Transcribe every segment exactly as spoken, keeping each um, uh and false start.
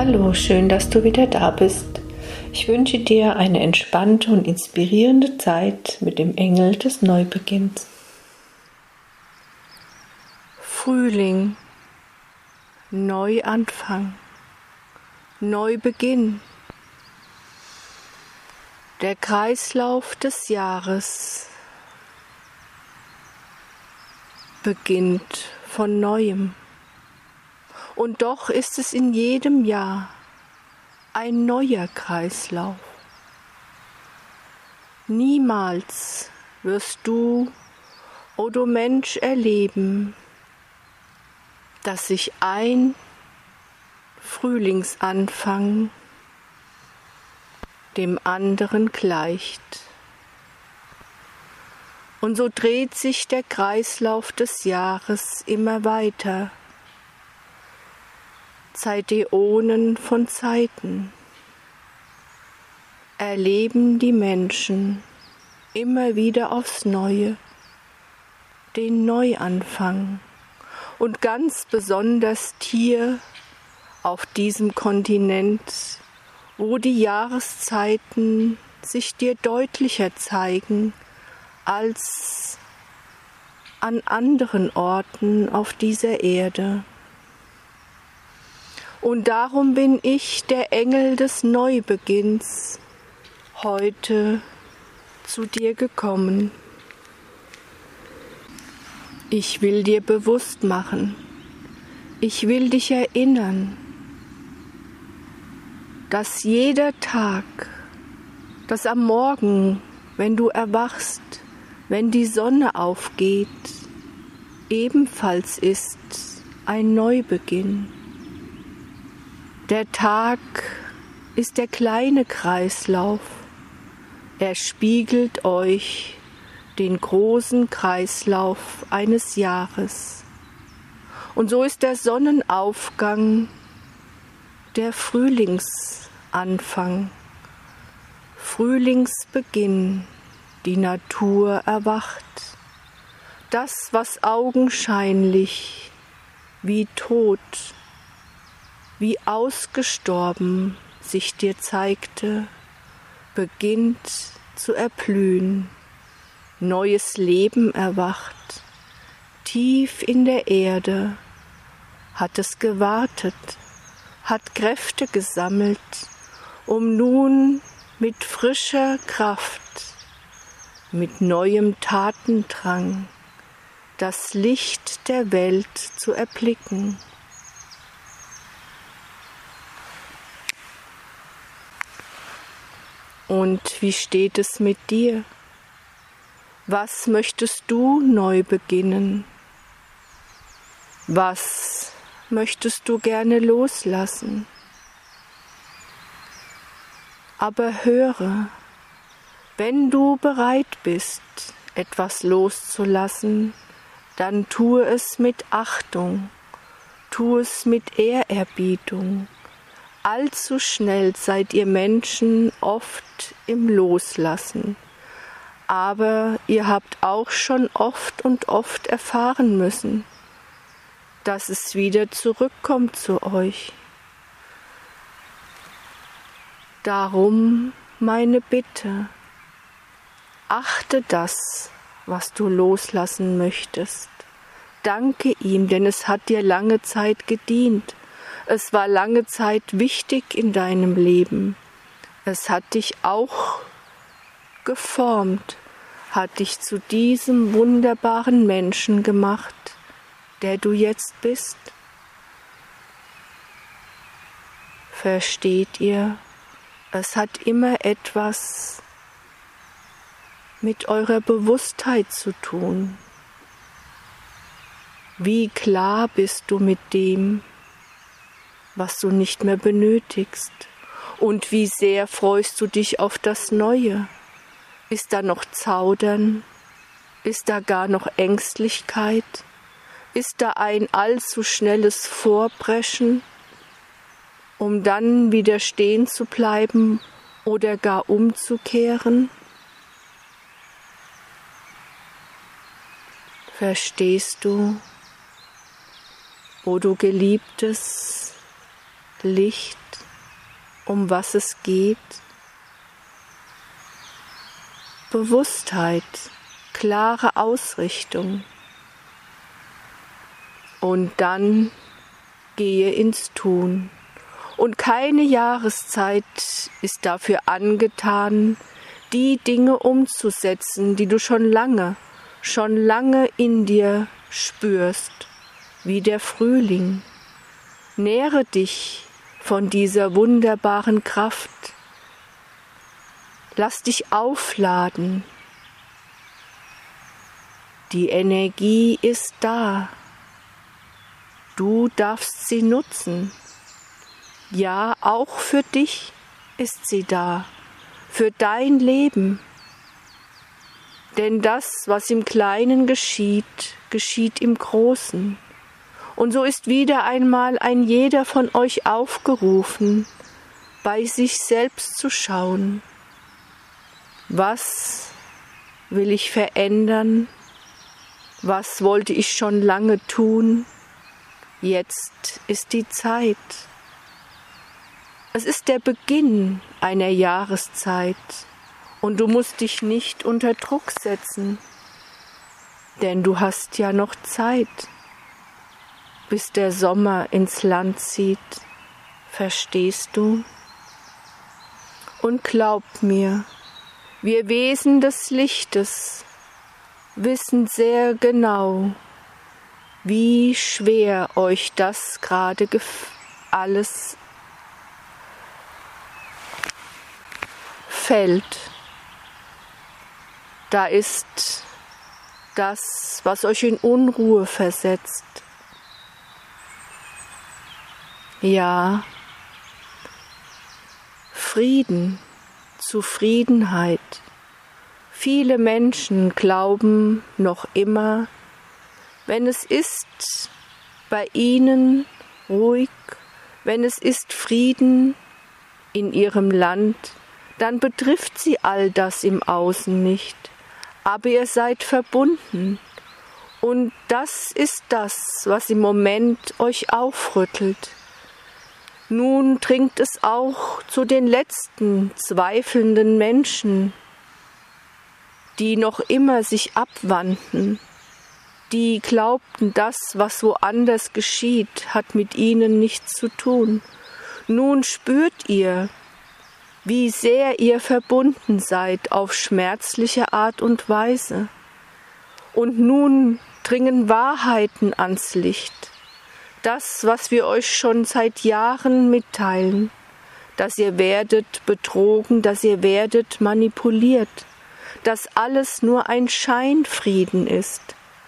Hallo, schön, dass du wieder da bist. Ich wünsche dir eine entspannte und inspirierende Zeit mit dem Engel des Neubeginns. Frühling, Neuanfang, Neubeginn. Der Kreislauf des Jahres beginnt von Neuem. Und doch ist es in jedem Jahr ein neuer Kreislauf. Niemals wirst du, o du Mensch, erleben, dass sich ein Frühlingsanfang dem anderen gleicht. Und so dreht sich der Kreislauf des Jahres immer weiter. Seit Äonen von Zeiten erleben die Menschen immer wieder aufs Neue den Neuanfang und ganz besonders hier auf diesem Kontinent, wo die Jahreszeiten sich dir deutlicher zeigen als an anderen Orten auf dieser Erde. Und darum bin ich, der Engel des Neubeginns, heute zu dir gekommen. Ich will dir bewusst machen, ich will dich erinnern, dass jeder Tag, dass am Morgen, wenn du erwachst, wenn die Sonne aufgeht, ebenfalls ist ein Neubeginn. Der Tag ist der kleine Kreislauf. Er spiegelt euch den großen Kreislauf eines Jahres. Und so ist der Sonnenaufgang der Frühlingsanfang, Frühlingsbeginn, die Natur erwacht. Das, was augenscheinlich wie tot, wie ausgestorben sich dir zeigte, beginnt zu erblühen, neues Leben erwacht, tief in der Erde hat es gewartet, hat Kräfte gesammelt, um nun mit frischer Kraft, mit neuem Tatendrang das Licht der Welt zu erblicken. Und wie steht es mit dir? Was möchtest du neu beginnen? Was möchtest du gerne loslassen? Aber höre, wenn du bereit bist, etwas loszulassen, dann tue es mit Achtung, tue es mit Ehrerbietung. Allzu schnell seid ihr Menschen oft im Loslassen, aber ihr habt auch schon oft und oft erfahren müssen, dass es wieder zurückkommt zu euch. Darum meine Bitte, achte das, was du loslassen möchtest. Danke ihm, denn es hat dir lange Zeit gedient. Es war lange Zeit wichtig in deinem Leben. Es hat dich auch geformt, hat dich zu diesem wunderbaren Menschen gemacht, der du jetzt bist. Versteht ihr? Es hat immer etwas mit eurer Bewusstheit zu tun. Wie klar bist du mit dem, was du nicht mehr benötigst? Und wie sehr freust du dich auf das Neue? Ist da noch Zaudern? Ist da gar noch Ängstlichkeit? Ist da ein allzu schnelles Vorbrechen, um dann wieder stehen zu bleiben oder gar umzukehren? Verstehst du, o du geliebtes Licht, um was es geht? Bewusstheit, klare Ausrichtung. Und dann gehe ins Tun. Und keine Jahreszeit ist dafür angetan, die Dinge umzusetzen, die du schon lange, schon lange in dir spürst, wie der Frühling. Nähre dich von dieser wunderbaren Kraft. Lass dich aufladen. Die Energie ist da. Du darfst sie nutzen. Ja, auch für dich ist sie da, für dein Leben. Denn das, was im Kleinen geschieht, geschieht im Großen. Und so ist wieder einmal ein jeder von euch aufgerufen, bei sich selbst zu schauen. Was will ich verändern? Was wollte ich schon lange tun? Jetzt ist die Zeit. Es ist der Beginn einer Jahreszeit und du musst dich nicht unter Druck setzen, denn du hast ja noch Zeit, bis der Sommer ins Land zieht, verstehst du? Und glaubt mir, wir Wesen des Lichtes wissen sehr genau, wie schwer euch das gerade alles fällt. Da ist das, was euch in Unruhe versetzt. Ja, Frieden, Zufriedenheit. Viele Menschen glauben noch immer, wenn es ist bei ihnen ruhig, wenn es ist Frieden in ihrem Land, dann betrifft sie all das im Außen nicht. Aber ihr seid verbunden. Und das ist das, was im Moment euch aufrüttelt. Nun dringt es auch zu den letzten zweifelnden Menschen, die noch immer sich abwandten, die glaubten, das, was woanders geschieht, hat mit ihnen nichts zu tun. Nun spürt ihr, wie sehr ihr verbunden seid auf schmerzliche Art und Weise. Und nun dringen Wahrheiten ans Licht. Das, was wir euch schon seit Jahren mitteilen, dass ihr werdet betrogen, dass ihr werdet manipuliert, dass alles nur ein Scheinfrieden ist.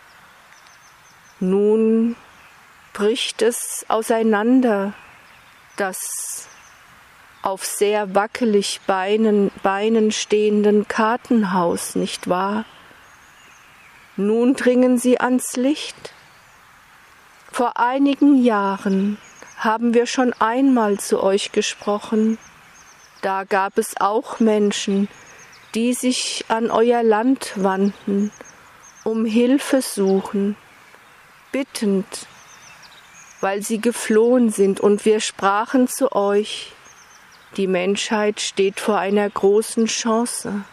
Nun bricht es auseinander, das auf sehr wackelig Beinen, Beinen stehenden Kartenhaus, nicht wahr? Nun dringen sie ans Licht. Vor einigen Jahren haben wir schon einmal zu euch gesprochen. Da gab es auch Menschen, die sich an euer Land wandten, um Hilfe suchen, bittend, weil sie geflohen sind. Und wir sprachen zu euch, die Menschheit steht vor einer großen Chance.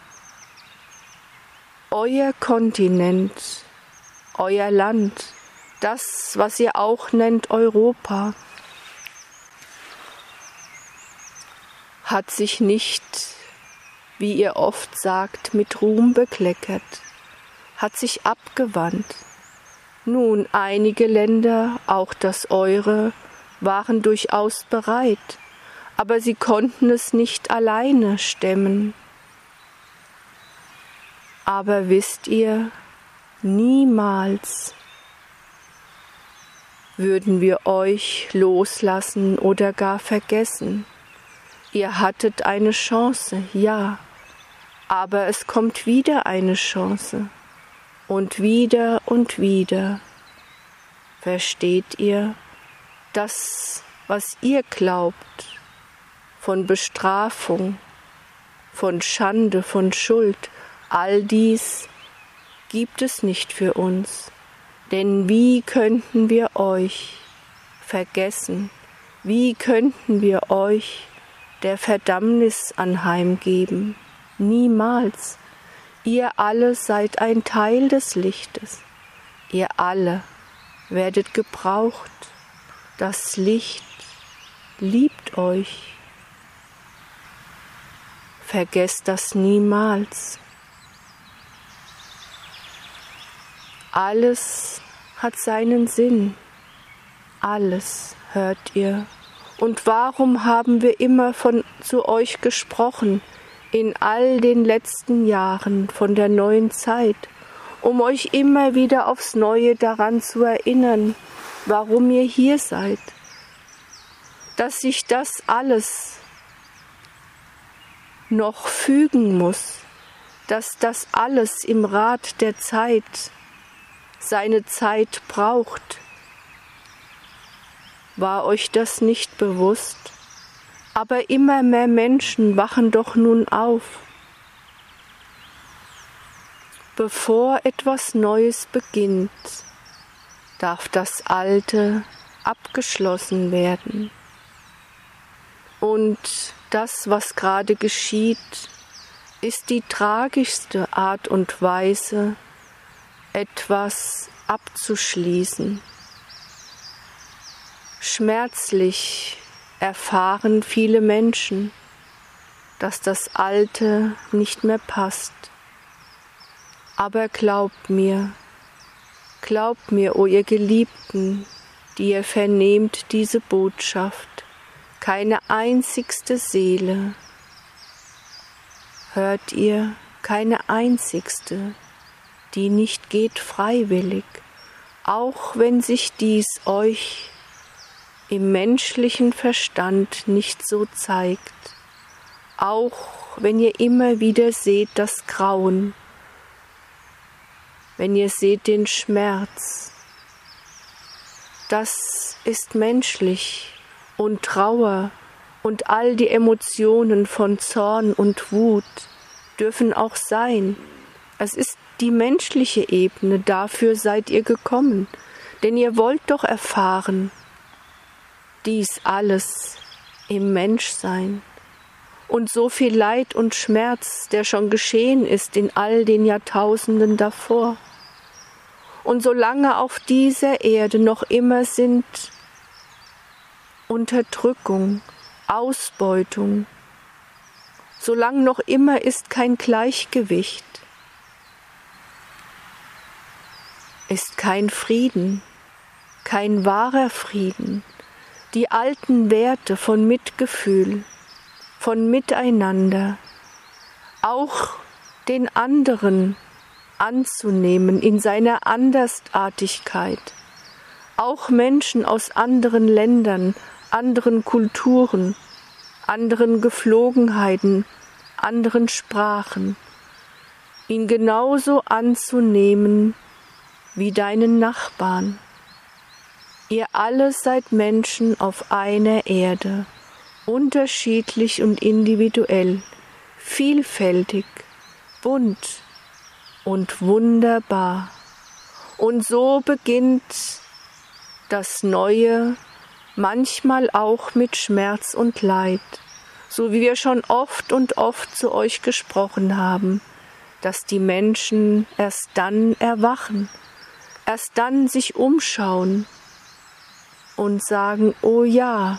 Euer Kontinent, euer Land, das, was ihr auch nennt Europa, hat sich nicht, wie ihr oft sagt, mit Ruhm bekleckert, hat sich abgewandt. Nun, einige Länder, auch das eure, waren durchaus bereit, aber sie konnten es nicht alleine stemmen. Aber wisst ihr, niemals würden wir euch loslassen oder gar vergessen. Ihr hattet eine Chance, ja, aber es kommt wieder eine Chance und wieder und wieder. Versteht ihr, das, was ihr glaubt, von Bestrafung, von Schande, von Schuld, all dies gibt es nicht für uns. Denn wie könnten wir euch vergessen? Wie könnten wir euch der Verdammnis anheimgeben. Niemals. Ihr alle seid ein Teil des Lichtes. Ihr alle werdet gebraucht. Das Licht liebt euch. Vergesst das niemals. Alles hat seinen Sinn. Alles hört ihr. Und warum haben wir immer von zu euch gesprochen, in all den letzten Jahren von der neuen Zeit, um euch immer wieder aufs Neue daran zu erinnern, warum ihr hier seid, dass sich das alles noch fügen muss, dass das alles im Rad der Zeit seine Zeit braucht. War euch das nicht bewusst? Aber immer mehr Menschen wachen doch nun auf. Bevor etwas Neues beginnt, darf das Alte abgeschlossen werden. Und das, was gerade geschieht, ist die tragischste Art und Weise, etwas abzuschließen. Schmerzlich erfahren viele Menschen, dass das Alte nicht mehr passt. Aber glaubt mir, glaubt mir, o ihr Geliebten, die ihr vernehmt diese Botschaft, keine einzigste Seele, hört ihr, keine einzigste, die nicht geht freiwillig, auch wenn sich dies euch im menschlichen Verstand nicht so zeigt, auch wenn ihr immer wieder seht das Grauen, wenn ihr seht den Schmerz. Das ist menschlich und Trauer und all die Emotionen von Zorn und Wut dürfen auch sein. Es ist die menschliche Ebene, dafür seid ihr gekommen, denn ihr wollt doch erfahren, dies alles im Menschsein und so viel Leid und Schmerz, der schon geschehen ist in all den Jahrtausenden davor. Und solange auf dieser Erde noch immer sind Unterdrückung, Ausbeutung, solange noch immer ist kein Gleichgewicht, ist kein Frieden, kein wahrer Frieden. Die alten Werte von Mitgefühl, von Miteinander, auch den anderen anzunehmen in seiner Andersartigkeit, auch Menschen aus anderen Ländern, anderen Kulturen, anderen Geflogenheiten, anderen Sprachen, ihn genauso anzunehmen wie deinen Nachbarn. Ihr alle seid Menschen auf einer Erde, unterschiedlich und individuell, vielfältig, bunt und wunderbar. Und so beginnt das Neue, manchmal auch mit Schmerz und Leid, so wie wir schon oft und oft zu euch gesprochen haben, dass die Menschen erst dann erwachen, erst dann sich umschauen und sagen, oh ja,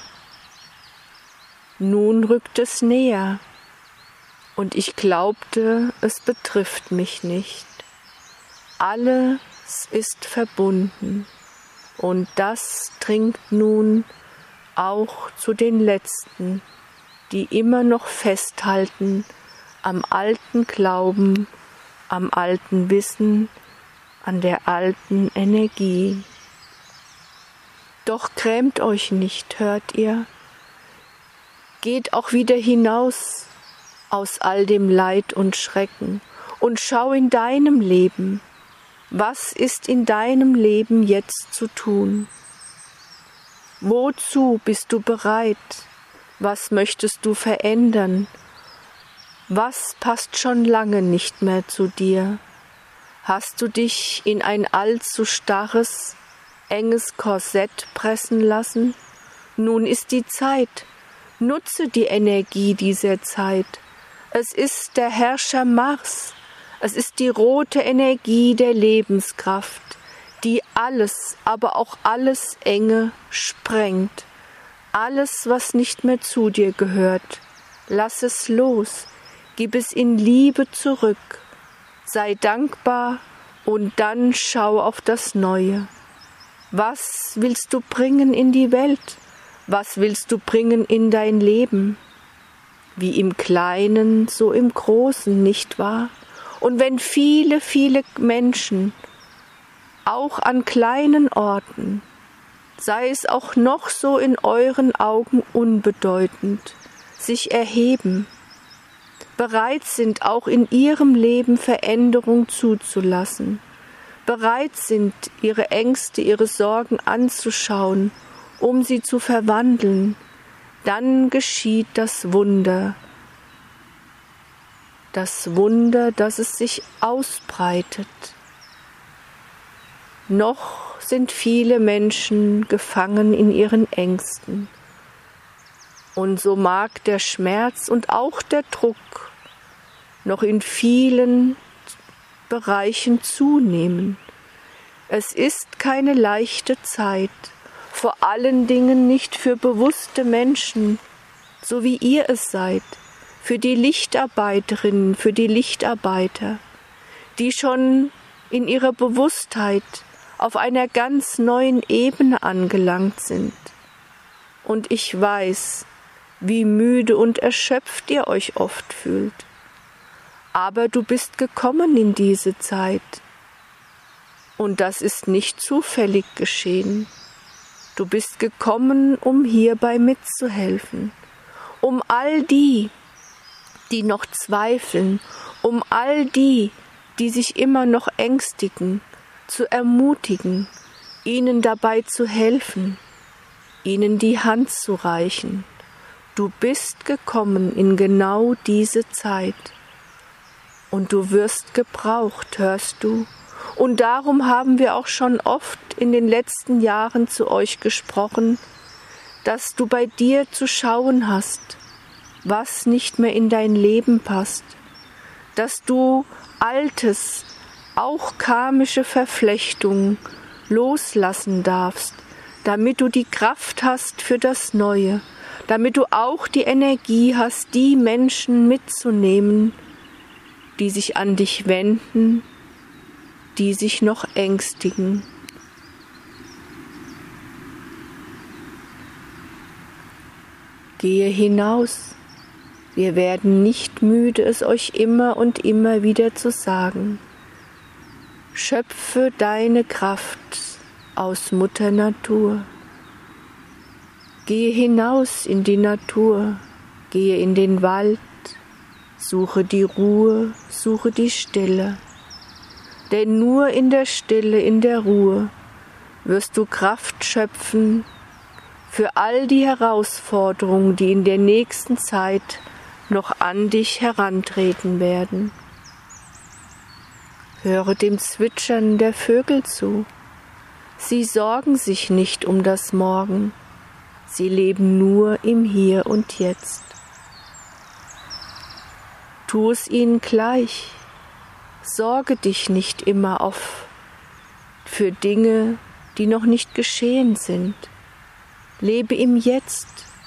nun rückt es näher und ich glaubte, es betrifft mich nicht. Alles ist verbunden und das dringt nun auch zu den Letzten, die immer noch festhalten am alten Glauben, am alten Wissen, an der alten Energie. Doch grämt euch nicht, hört ihr? Geht auch wieder hinaus aus all dem Leid und Schrecken und schau in deinem Leben, was ist in deinem Leben jetzt zu tun? Wozu bist du bereit? Was möchtest du verändern? Was passt schon lange nicht mehr zu dir? Hast du dich in ein allzu starres, enges Korsett pressen lassen? Nun ist die Zeit, Nutze die Energie dieser Zeit. Es ist der Herrscher Mars. Es ist die rote Energie der Lebenskraft, die alles, aber auch alles Enge sprengt. Alles, was nicht mehr zu dir gehört. Lass es los. Gib es in Liebe zurück. Sei dankbar und dann schau auf das Neue. Was willst du bringen in die Welt? Was willst du bringen in dein Leben? Wie im Kleinen, so im Großen, nicht wahr? Und wenn viele, viele Menschen, auch an kleinen Orten, sei es auch noch so in euren Augen unbedeutend, sich erheben, bereit sind, auch in ihrem Leben Veränderung zuzulassen, bereit sind, ihre Ängste, ihre Sorgen anzuschauen, um sie zu verwandeln, dann geschieht das Wunder. Das Wunder, dass es sich ausbreitet. Noch sind viele Menschen gefangen in ihren Ängsten. Und so mag der Schmerz und auch der Druck noch in vielen Bereichen zunehmen. Es ist keine leichte Zeit, vor allen Dingen nicht für bewusste Menschen, so wie ihr es seid, für die Lichtarbeiterinnen, für die Lichtarbeiter, die schon in ihrer Bewusstheit auf einer ganz neuen Ebene angelangt sind. Und ich weiß, wie müde und erschöpft ihr euch oft fühlt. Aber du bist gekommen in diese Zeit. Und das ist nicht zufällig geschehen. Du bist gekommen, um hierbei mitzuhelfen, um all die, die noch zweifeln, um all die, die sich immer noch ängstigen, zu ermutigen, ihnen dabei zu helfen, ihnen die Hand zu reichen. Du bist gekommen in genau diese Zeit und du wirst gebraucht, hörst du? Und darum haben wir auch schon oft in den letzten Jahren zu euch gesprochen, dass du bei dir zu schauen hast, was nicht mehr in dein Leben passt, dass du Altes, auch karmische Verflechtungen loslassen darfst, damit du die Kraft hast für das Neue, damit du auch die Energie hast, die Menschen mitzunehmen, die sich an dich wenden, die sich noch ängstigen. Gehe hinaus. Wir werden nicht müde, es euch immer und immer wieder zu sagen. Schöpfe deine Kraft aus Mutter Natur. Gehe hinaus in die Natur, gehe in den Wald, suche die Ruhe, suche die Stille. Denn nur in der Stille, in der Ruhe wirst du Kraft schöpfen für all die Herausforderungen, die in der nächsten Zeit noch an dich herantreten werden. Höre dem Zwitschern der Vögel zu. Sie sorgen sich nicht um das Morgen, sie leben nur im Hier und Jetzt. Tu es ihnen gleich. Sorge dich nicht immer auf für Dinge, die noch nicht geschehen sind. Lebe im Jetzt.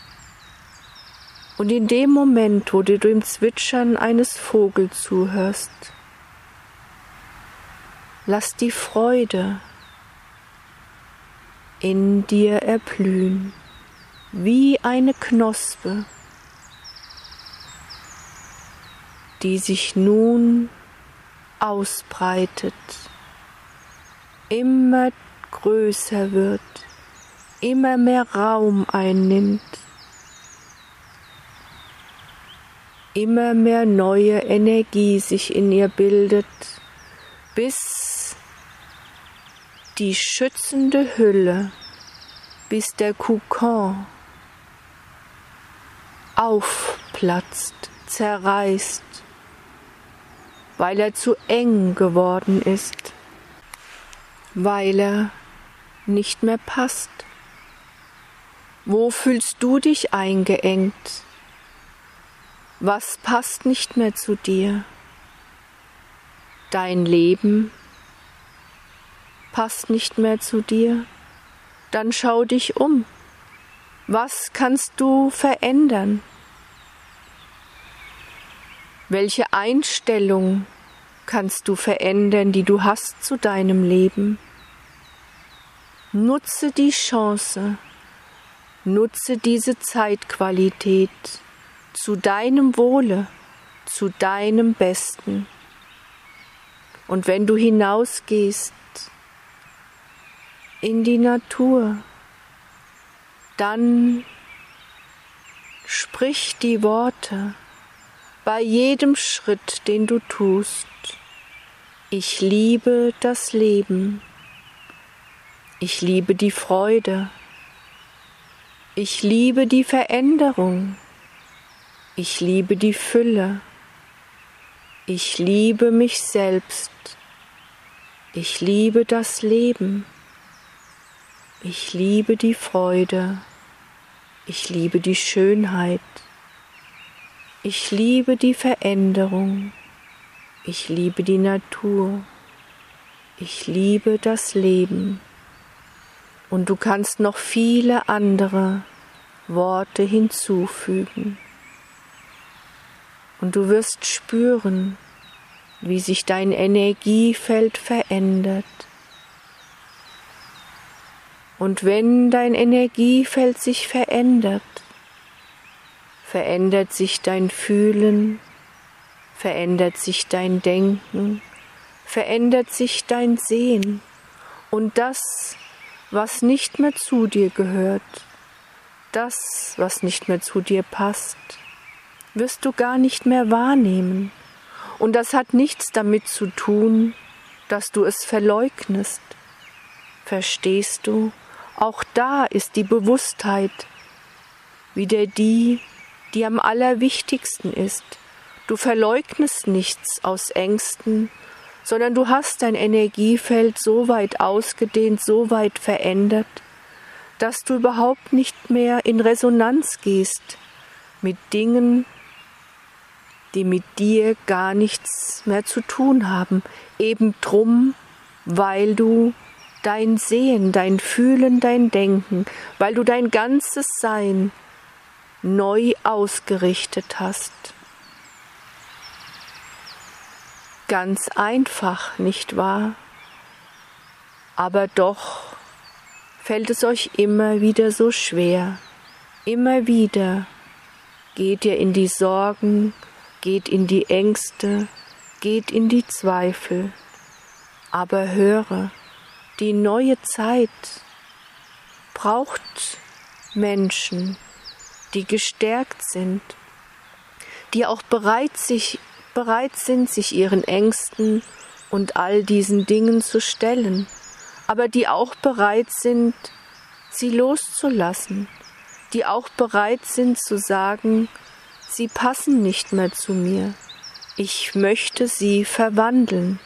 Und in dem Moment, wo du dem Zwitschern eines Vogels zuhörst, lass die Freude in dir erblühen, wie eine Knospe, die sich nun ausbreitet, immer größer wird, immer mehr Raum einnimmt, immer mehr neue Energie sich in ihr bildet, bis die schützende Hülle, bis der Kokon aufplatzt, zerreißt, weil er zu eng geworden ist, weil er nicht mehr passt. Wo fühlst du dich eingeengt? Was passt nicht mehr zu dir? Dein Leben passt nicht mehr zu dir? Dann schau dich um. Was kannst du verändern? Welche Einstellung kannst du verändern, die du hast zu deinem Leben? Nutze die Chance, nutze diese Zeitqualität zu deinem Wohle, zu deinem Besten. Und wenn du hinausgehst in die Natur, dann sprich die Worte bei jedem Schritt, den du tust. Ich liebe das Leben. Ich liebe die Freude. Ich liebe die Veränderung. Ich liebe die Fülle. Ich liebe mich selbst. Ich liebe das Leben. Ich liebe die Freude. Ich liebe die Schönheit. Ich liebe die Veränderung. Ich liebe die Natur. Ich liebe das Leben. Und du kannst noch viele andere Worte hinzufügen. Und du wirst spüren, wie sich dein Energiefeld verändert. Und wenn dein Energiefeld sich verändert, verändert sich dein Fühlen, verändert sich dein Denken, verändert sich dein Sehen. Und das, was nicht mehr zu dir gehört, das, was nicht mehr zu dir passt, wirst du gar nicht mehr wahrnehmen. Und das hat nichts damit zu tun, dass du es verleugnest. Verstehst du? Auch da ist die Bewusstheit wieder die, die am allerwichtigsten ist. Du verleugnest nichts aus Ängsten, sondern du hast dein Energiefeld so weit ausgedehnt, so weit verändert, dass du überhaupt nicht mehr in Resonanz gehst mit Dingen, die mit dir gar nichts mehr zu tun haben, eben drum, weil du dein Sehen, dein Fühlen, dein Denken, weil du dein ganzes Sein neu ausgerichtet hast. Ganz einfach, nicht wahr? Aber doch fällt es euch immer wieder so schwer. Immer wieder geht ihr in die Sorgen, geht in die Ängste, geht in die Zweifel. Aber höre, die neue Zeit braucht Menschen, die gestärkt sind, die auch bereit, sich, bereit sind, sich ihren Ängsten und all diesen Dingen zu stellen, aber die auch bereit sind, sie loszulassen, die auch bereit sind zu sagen, sie passen nicht mehr zu mir, ich möchte sie verwandeln.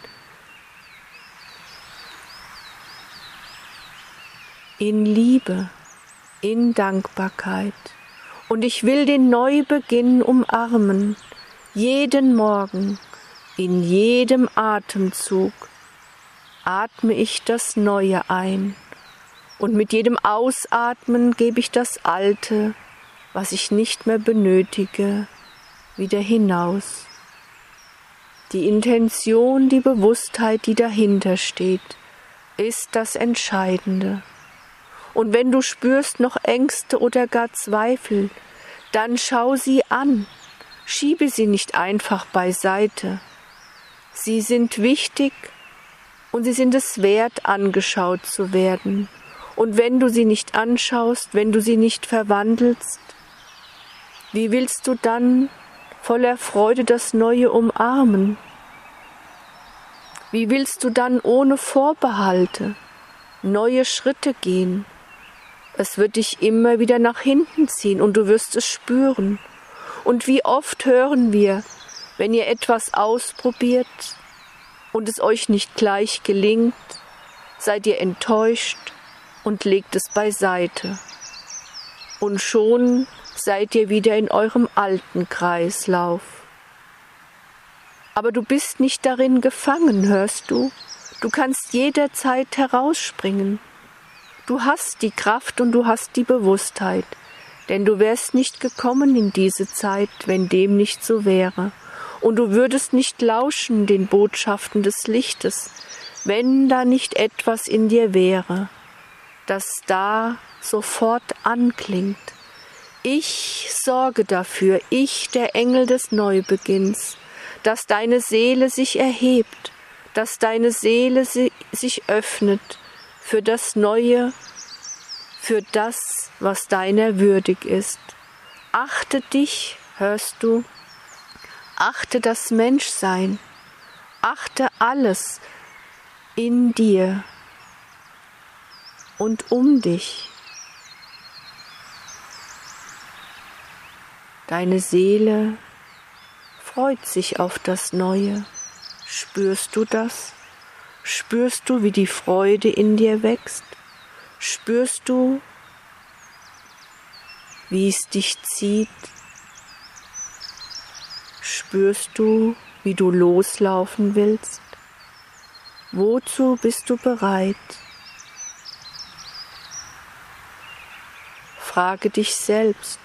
In Liebe, in Dankbarkeit. Und ich will den Neubeginn umarmen, jeden Morgen, in jedem Atemzug atme ich das Neue ein. Und mit jedem Ausatmen gebe ich das Alte, was ich nicht mehr benötige, wieder hinaus. Die Intention, die Bewusstheit, die dahinter steht, ist das Entscheidende. Und wenn du spürst noch Ängste oder gar Zweifel, dann schau sie an, schiebe sie nicht einfach beiseite. Sie sind wichtig und sie sind es wert, angeschaut zu werden. Und wenn du sie nicht anschaust, wenn du sie nicht verwandelst, wie willst du dann voller Freude das Neue umarmen? Wie willst du dann ohne Vorbehalte neue Schritte gehen? Es wird dich immer wieder nach hinten ziehen und du wirst es spüren. Und wie oft hören wir, wenn ihr etwas ausprobiert und es euch nicht gleich gelingt, seid ihr enttäuscht und legt es beiseite. Und schon seid ihr wieder in eurem alten Kreislauf. Aber du bist nicht darin gefangen, hörst du? Du kannst jederzeit herausspringen. Du hast die Kraft und du hast die Bewusstheit, denn du wärst nicht gekommen in diese Zeit, wenn dem nicht so wäre. Und du würdest nicht lauschen den Botschaften des Lichtes, wenn da nicht etwas in dir wäre, das da sofort anklingt. Ich sorge dafür, ich, der Engel des Neubeginns, dass deine Seele sich erhebt, dass deine Seele si- sich öffnet für das Neue, für das, was deiner würdig ist. Achte dich, hörst du, achte das Menschsein, achte alles in dir und um dich. Deine Seele freut sich auf das Neue. Spürst du das? Spürst du, wie die Freude in dir wächst? Spürst du, wie es dich zieht? Spürst du, wie du loslaufen willst? Wozu bist du bereit? Frage dich selbst.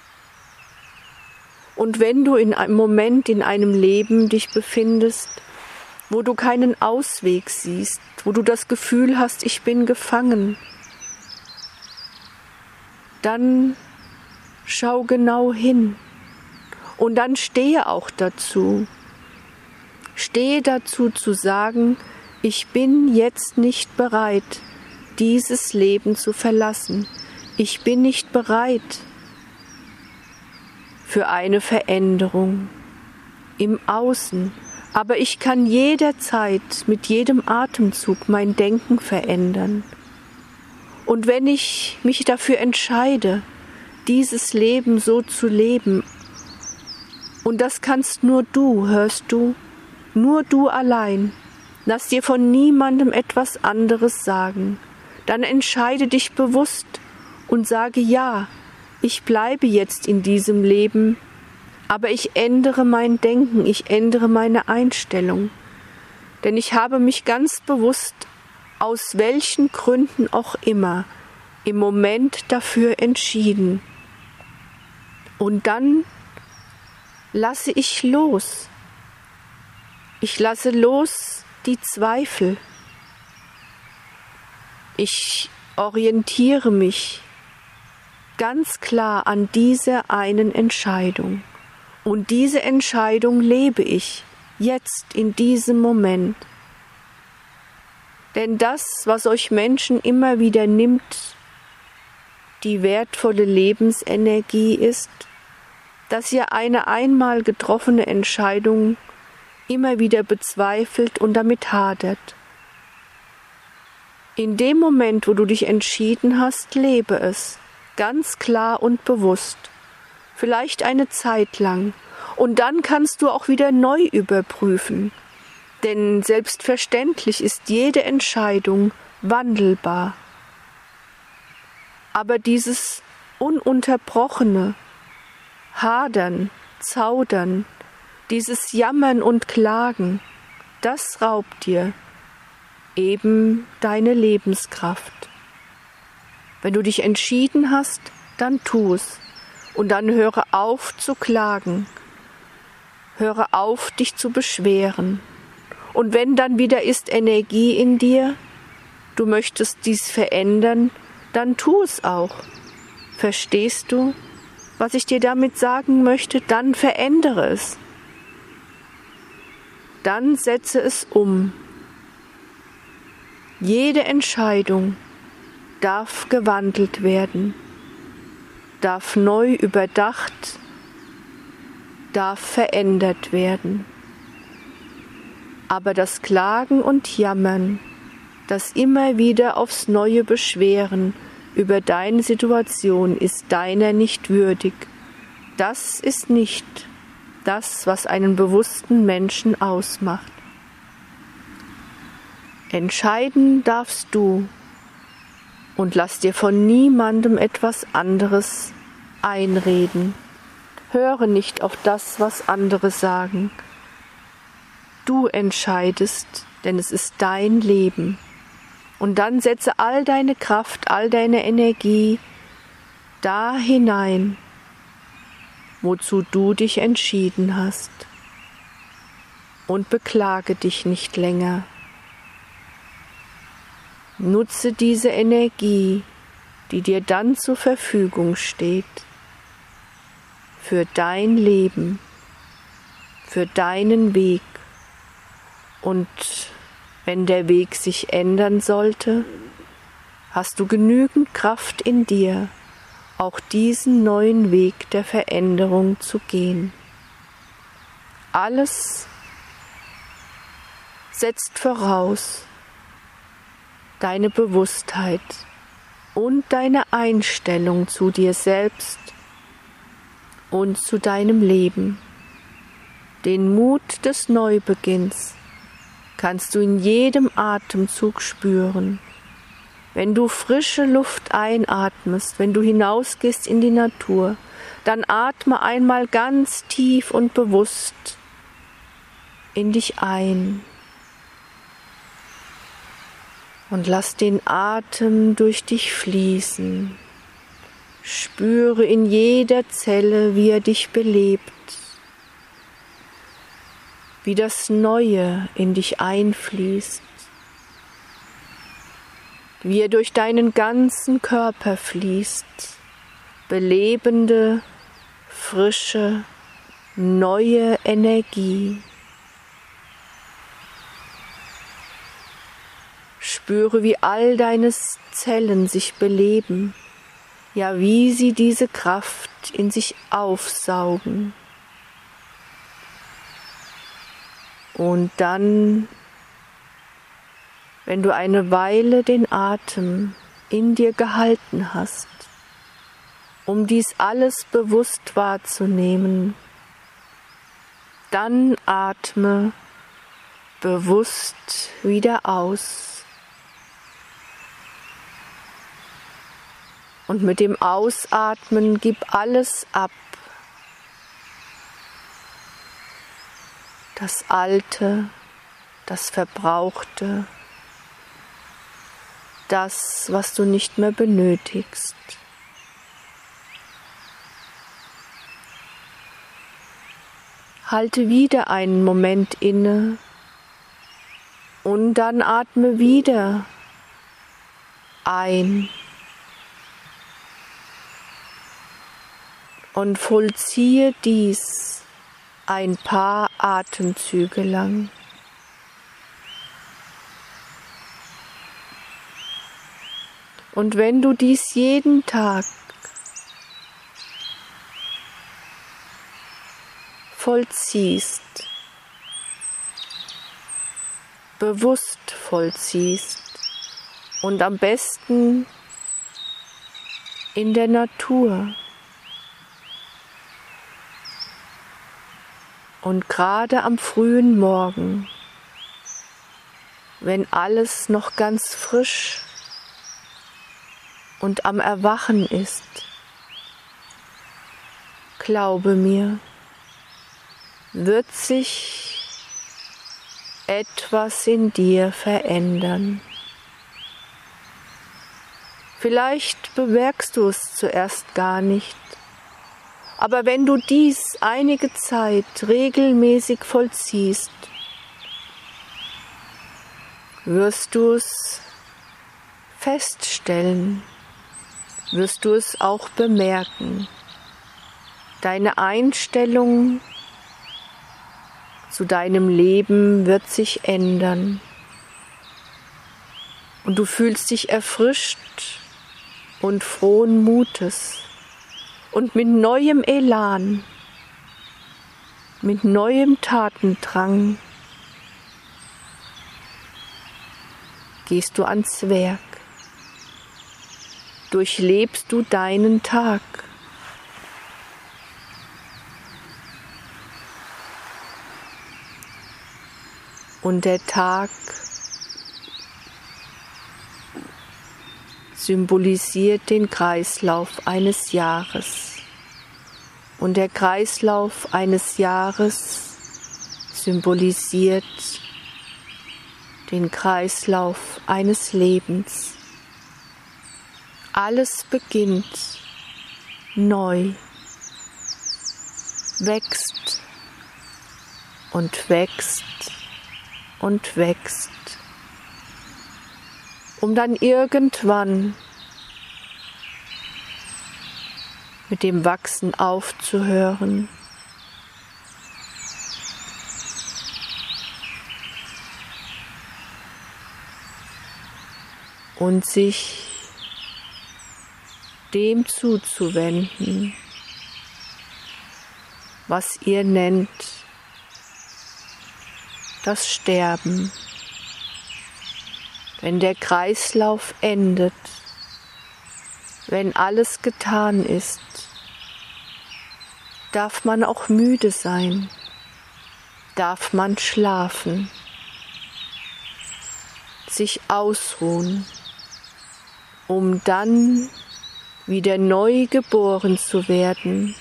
Und wenn du in einem Moment in einem Leben dich befindest, wo du keinen Ausweg siehst, wo du das Gefühl hast, ich bin gefangen, dann schau genau hin und dann stehe auch dazu. Stehe dazu zu sagen, ich bin jetzt nicht bereit, dieses Leben zu verlassen. Ich bin nicht bereit für eine Veränderung im Außen, aber ich kann jederzeit mit jedem Atemzug mein Denken verändern. Und wenn ich mich dafür entscheide, dieses Leben so zu leben, und das kannst nur du, hörst du, nur du allein, lass dir von niemandem etwas anderes sagen, dann entscheide dich bewusst und sage ja, ich bleibe jetzt in diesem Leben, aber ich ändere mein Denken, ich ändere meine Einstellung, denn ich habe mich ganz bewusst, aus welchen Gründen auch immer, im Moment dafür entschieden. Und dann lasse ich los. Ich lasse los die Zweifel. Ich orientiere mich ganz klar an dieser einen Entscheidung. Und diese Entscheidung lebe ich jetzt in diesem Moment. Denn das, was euch Menschen immer wieder nimmt, die wertvolle Lebensenergie ist, dass ihr eine einmal getroffene Entscheidung immer wieder bezweifelt und damit hadert. In dem Moment, wo du dich entschieden hast, lebe es, ganz klar und bewusst, vielleicht eine Zeit lang, und dann kannst du auch wieder neu überprüfen, denn selbstverständlich ist jede Entscheidung wandelbar. Aber dieses ununterbrochene Hadern, Zaudern, dieses Jammern und Klagen, das raubt dir eben deine Lebenskraft. Wenn du dich entschieden hast, dann tu es und dann höre auf zu klagen, höre auf, dich zu beschweren. Und wenn dann wieder ist Energie in dir, du möchtest dies verändern, dann tu es auch. Verstehst du, was ich dir damit sagen möchte? Dann verändere es. Dann setze es um. Jede Entscheidung darf gewandelt werden, darf neu überdacht, darf verändert werden. Aber das Klagen und Jammern, das immer wieder aufs Neue Beschweren über deine Situation ist deiner nicht würdig. Das ist nicht das, was einen bewussten Menschen ausmacht. Entscheiden darfst du, Und lass dir von niemandem etwas anderes einreden. Höre nicht auf das, was andere sagen. Du entscheidest, denn es ist dein Leben. Und dann setze all deine Kraft, all deine Energie da hinein, wozu du dich entschieden hast. Und beklage dich nicht länger. Nutze diese Energie, die dir dann zur Verfügung steht, für dein Leben, für deinen Weg. Und wenn der Weg sich ändern sollte, hast du genügend Kraft in dir, auch diesen neuen Weg der Veränderung zu gehen. Alles setzt voraus deine Bewusstheit und deine Einstellung zu dir selbst und zu deinem Leben. Den Mut des Neubeginns kannst du in jedem Atemzug spüren. Wenn du frische Luft einatmest, wenn du hinausgehst in die Natur, dann atme einmal ganz tief und bewusst in dich ein. Und lass den Atem durch dich fließen. Spüre in jeder Zelle, wie er dich belebt, wie das Neue in dich einfließt, wie er durch deinen ganzen Körper fließt, belebende, frische, neue Energie. Spüre, wie all deine Zellen sich beleben, ja, wie sie diese Kraft in sich aufsaugen. Und dann, wenn du eine Weile den Atem in dir gehalten hast, um dies alles bewusst wahrzunehmen, dann atme bewusst wieder aus. Und mit dem Ausatmen gib alles ab. Das Alte, das Verbrauchte, das, was du nicht mehr benötigst. Halte wieder einen Moment inne und dann atme wieder ein. Und vollziehe dies ein paar Atemzüge lang. Und wenn du dies jeden Tag vollziehst, bewusst vollziehst und am besten in der Natur, und gerade am frühen Morgen, wenn alles noch ganz frisch und am Erwachen ist, glaube mir, wird sich etwas in dir verändern. Vielleicht bemerkst du es zuerst gar nicht, aber wenn du dies einige Zeit regelmäßig vollziehst, wirst du es feststellen, wirst du es auch bemerken. Deine Einstellung zu deinem Leben wird sich ändern und du fühlst dich erfrischt und frohen Mutes. Und mit neuem Elan, mit neuem Tatendrang gehst du ans Werk, durchlebst du deinen Tag. Und der Tag symbolisiert den Kreislauf eines Jahres. Und der Kreislauf eines Jahres symbolisiert den Kreislauf eines Lebens. Alles beginnt neu, wächst und wächst und wächst, um dann irgendwann mit dem Wachsen aufzuhören und sich dem zuzuwenden, was ihr nennt das Sterben. Wenn der Kreislauf endet, wenn alles getan ist, darf man auch müde sein, darf man schlafen, sich ausruhen, um dann wieder neu geboren zu werden,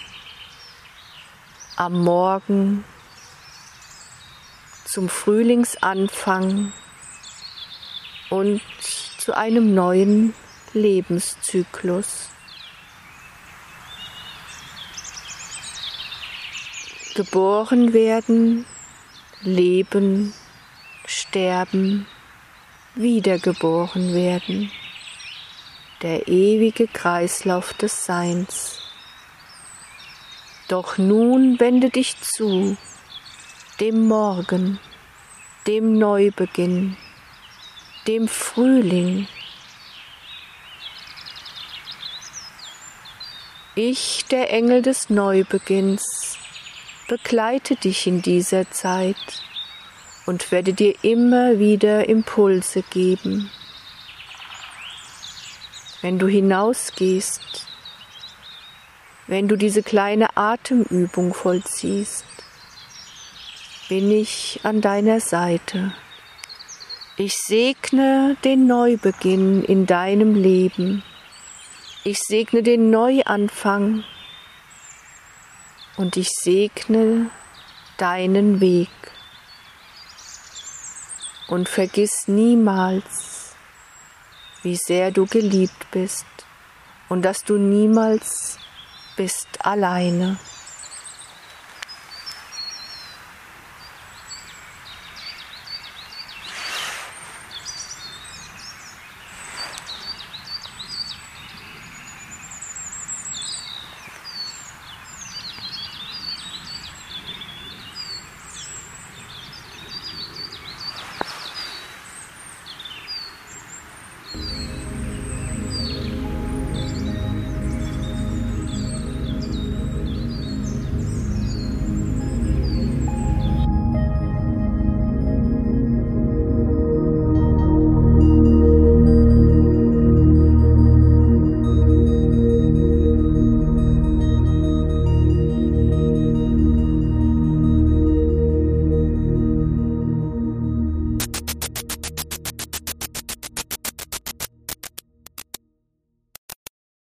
am Morgen zum Frühlingsanfang und zu einem neuen Lebenszyklus. Geboren werden, leben, sterben, wiedergeboren werden. Der ewige Kreislauf des Seins. Doch nun wende dich zu dem Morgen, dem Neubeginn, dem Frühling. Ich, der Engel des Neubeginns, begleite dich in dieser Zeit und werde dir immer wieder Impulse geben. Wenn du hinausgehst, wenn du diese kleine Atemübung vollziehst, bin ich an deiner Seite. Ich segne den Neubeginn in deinem Leben. Ich segne den Neuanfang und ich segne deinen Weg. Und vergiss niemals, wie sehr du geliebt bist und dass du niemals bist alleine.